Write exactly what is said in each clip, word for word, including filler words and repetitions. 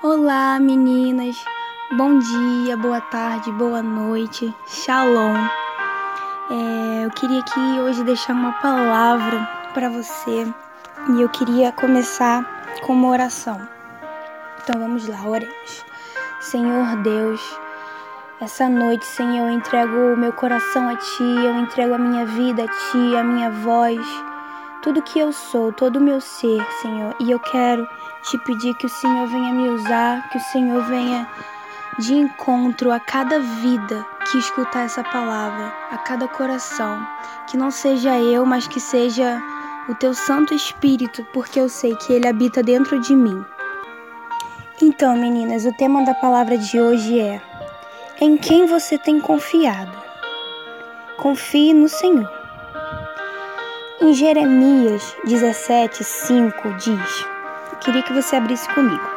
Olá, meninas! Bom dia, boa tarde, boa noite, shalom! É, eu queria aqui hoje deixar uma palavra para você e eu queria começar com uma oração. Então vamos lá, oremos. Senhor Deus, essa noite, Senhor, eu entrego o meu coração a Ti, eu entrego a minha vida a Ti, a minha voz, tudo que eu sou, todo o meu ser, Senhor, e eu quero te pedir que o Senhor venha me usar, que o Senhor venha de encontro a cada vida que escutar essa palavra, a cada coração, que não seja eu, mas que seja o Teu Santo Espírito, porque eu sei que Ele habita dentro de mim. Então, meninas, o tema da palavra de hoje é: em quem você tem confiado? Confie no Senhor. Em Jeremias dezessete, cinco diz, eu queria que você abrisse comigo.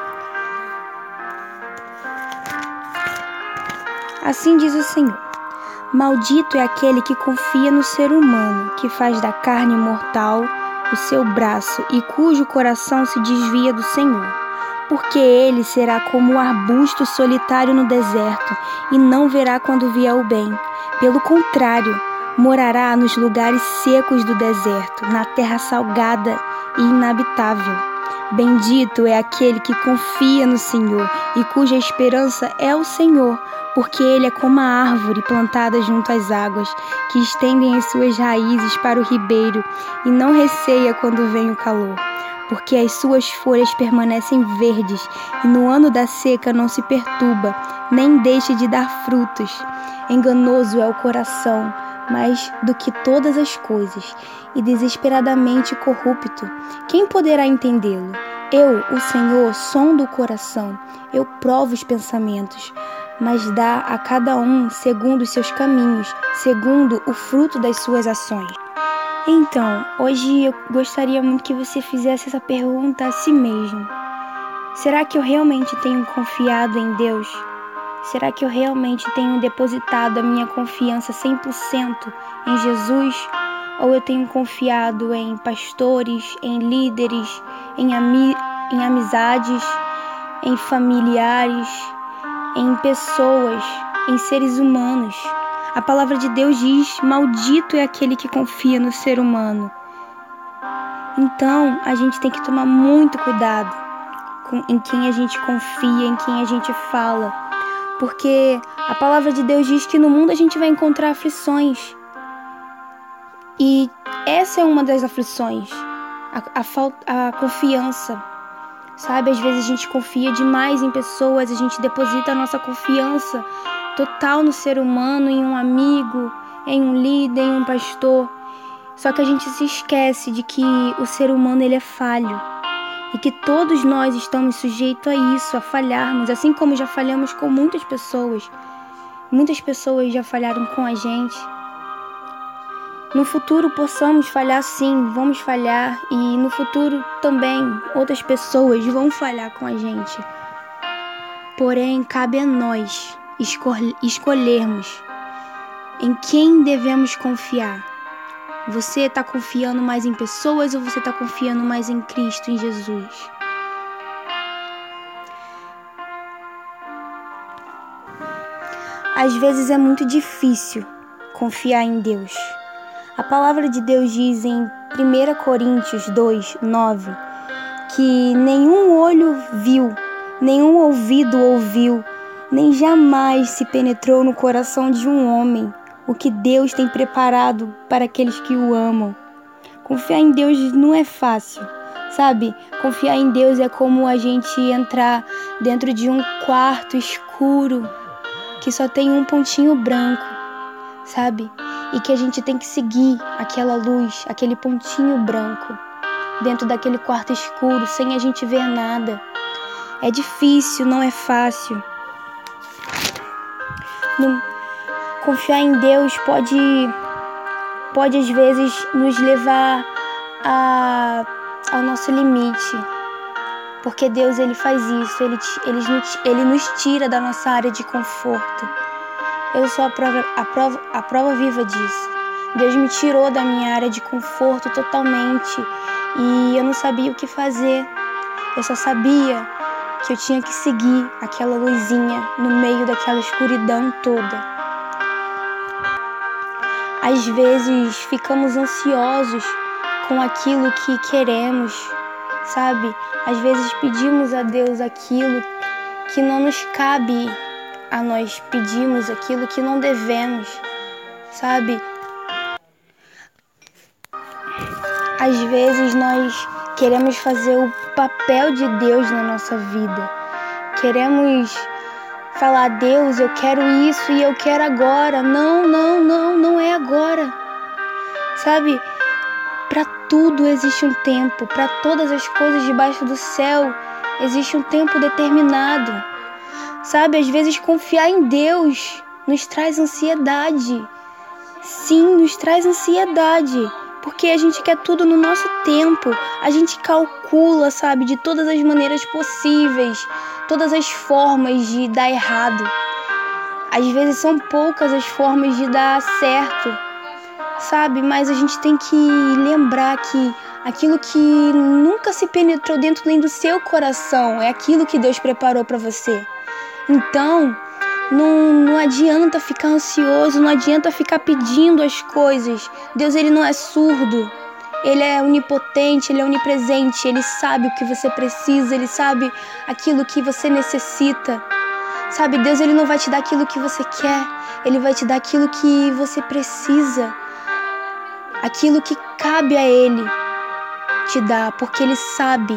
Assim diz o Senhor: maldito é aquele que confia no ser humano, que faz da carne mortal o seu braço e cujo coração se desvia do Senhor. Porque ele será como um arbusto solitário no deserto e não verá quando vier o bem. Pelo contrário, morará nos lugares secos do deserto, na terra salgada e inabitável. Bendito é aquele que confia no Senhor e cuja esperança é o Senhor, porque ele é como a árvore plantada junto às águas, que estendem as suas raízes para o ribeiro e não receia quando vem o calor. Porque as suas folhas permanecem verdes, e no ano da seca não se perturba, nem deixa de dar frutos. Enganoso é o coração, mais do que todas as coisas, e desesperadamente corrupto. Quem poderá entendê-lo? Eu, o Senhor, sondo o coração, eu provo os pensamentos, mas dá a cada um segundo os seus caminhos, segundo o fruto das suas ações. Então, hoje eu gostaria muito que você fizesse essa pergunta a si mesmo. Será que eu realmente tenho confiado em Deus? Será que eu realmente tenho depositado a minha confiança cem por cento em Jesus? Ou eu tenho confiado em pastores, em líderes, em, ami- em amizades, em familiares, em pessoas, em seres humanos? A palavra de Deus diz: maldito é aquele que confia no ser humano. Então, a gente tem que tomar muito cuidado com, em quem a gente confia, em quem a gente fala. Porque a palavra de Deus diz que no mundo a gente vai encontrar aflições. E essa é uma das aflições, a, a, falta, a confiança. Sabe, às vezes a gente confia demais em pessoas, a gente deposita a nossa confiança total no ser humano, em um amigo, em um líder, em um pastor. Só que a gente se esquece de que o ser humano ele é falho e que todos nós estamos sujeitos a isso, a falharmos, assim como já falhamos com muitas pessoas. Muitas pessoas já falharam com a gente. No futuro possamos falhar sim, vamos falhar, e no futuro também outras pessoas vão falhar com a gente. Porém, cabe a nós escol- escolhermos em quem devemos confiar. Você está confiando mais em pessoas ou você está confiando mais em Cristo, em Jesus? Às vezes é muito difícil confiar em Deus. A palavra de Deus diz em primeira Coríntios dois, nove, que nenhum olho viu, nenhum ouvido ouviu, nem jamais se penetrou no coração de um homem o que Deus tem preparado para aqueles que o amam. Confiar em Deus não é fácil, sabe? Confiar em Deus é como a gente entrar dentro de um quarto escuro que só tem um pontinho branco, sabe? E que a gente tem que seguir aquela luz, aquele pontinho branco dentro daquele quarto escuro, sem a gente ver nada. É difícil, não é fácil. Não, confiar em Deus pode, pode às vezes nos levar a, ao nosso limite. Porque Deus ele faz isso, ele, ele, ele nos tira da nossa área de conforto. Eu sou a prova, a, prova, a prova viva disso. Deus me tirou da minha área de conforto totalmente e eu não sabia o que fazer. Eu só sabia que eu tinha que seguir aquela luzinha no meio daquela escuridão toda. Às vezes ficamos ansiosos com aquilo que queremos, sabe? Às vezes pedimos a Deus aquilo que não nos cabe a nós, pedimos aquilo que não devemos, sabe? Às vezes nós queremos fazer o papel de Deus na nossa vida. Queremos falar, Deus, eu quero isso e eu quero agora. Não, não, não, não é agora. Sabe? Para tudo existe um tempo. Para todas as coisas debaixo do céu existe um tempo determinado. Sabe? Às vezes confiar em Deus nos traz ansiedade. Sim, nos traz ansiedade. Porque a gente quer tudo no nosso tempo, a gente calcula, sabe, de todas as maneiras possíveis, todas as formas de dar errado. Às vezes são poucas as formas de dar certo, sabe, mas a gente tem que lembrar que aquilo que nunca se penetrou dentro nem do seu coração é aquilo que Deus preparou para você. Então, Não, não adianta ficar ansioso, não adianta ficar pedindo as coisas. Deus, ele não é surdo, ele é onipotente, ele é onipresente, ele sabe o que você precisa, ele sabe aquilo que você necessita. Sabe, Deus, ele não vai te dar aquilo que você quer, ele vai te dar aquilo que você precisa, aquilo que cabe a ele te dar, porque ele sabe,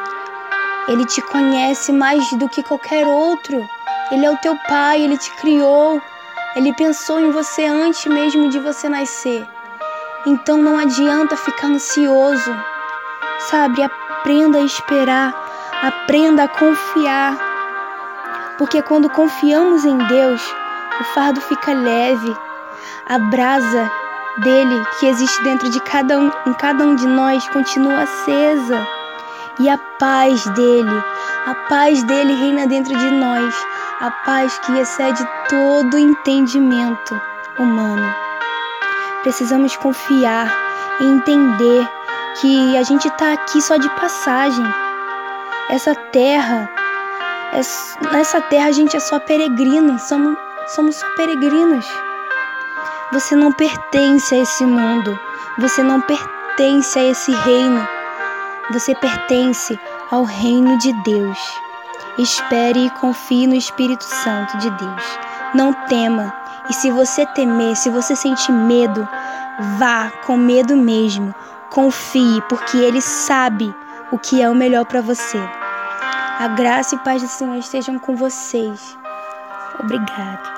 ele te conhece mais do que qualquer outro. Ele é o teu pai, ele te criou, ele pensou em você antes mesmo de você nascer. Então não adianta ficar ansioso, sabe? Aprenda a esperar, aprenda a confiar. Porque quando confiamos em Deus, o fardo fica leve, a brasa dele que existe dentro de cada um, em cada um de nós continua acesa. E a paz dele, a paz dele reina dentro de nós, a paz que excede todo entendimento humano. Precisamos confiar e entender que a gente está aqui só de passagem. Essa terra, nessa terra a gente é só peregrino, somos, somos só peregrinos. Você não pertence a esse mundo, você não pertence a esse reino. Você pertence ao reino de Deus. Espere e confie no Espírito Santo de Deus. Não tema. E se você temer, se você sentir medo, vá com medo mesmo. Confie, porque Ele sabe o que é o melhor para você. A graça e paz do Senhor estejam com vocês. Obrigada.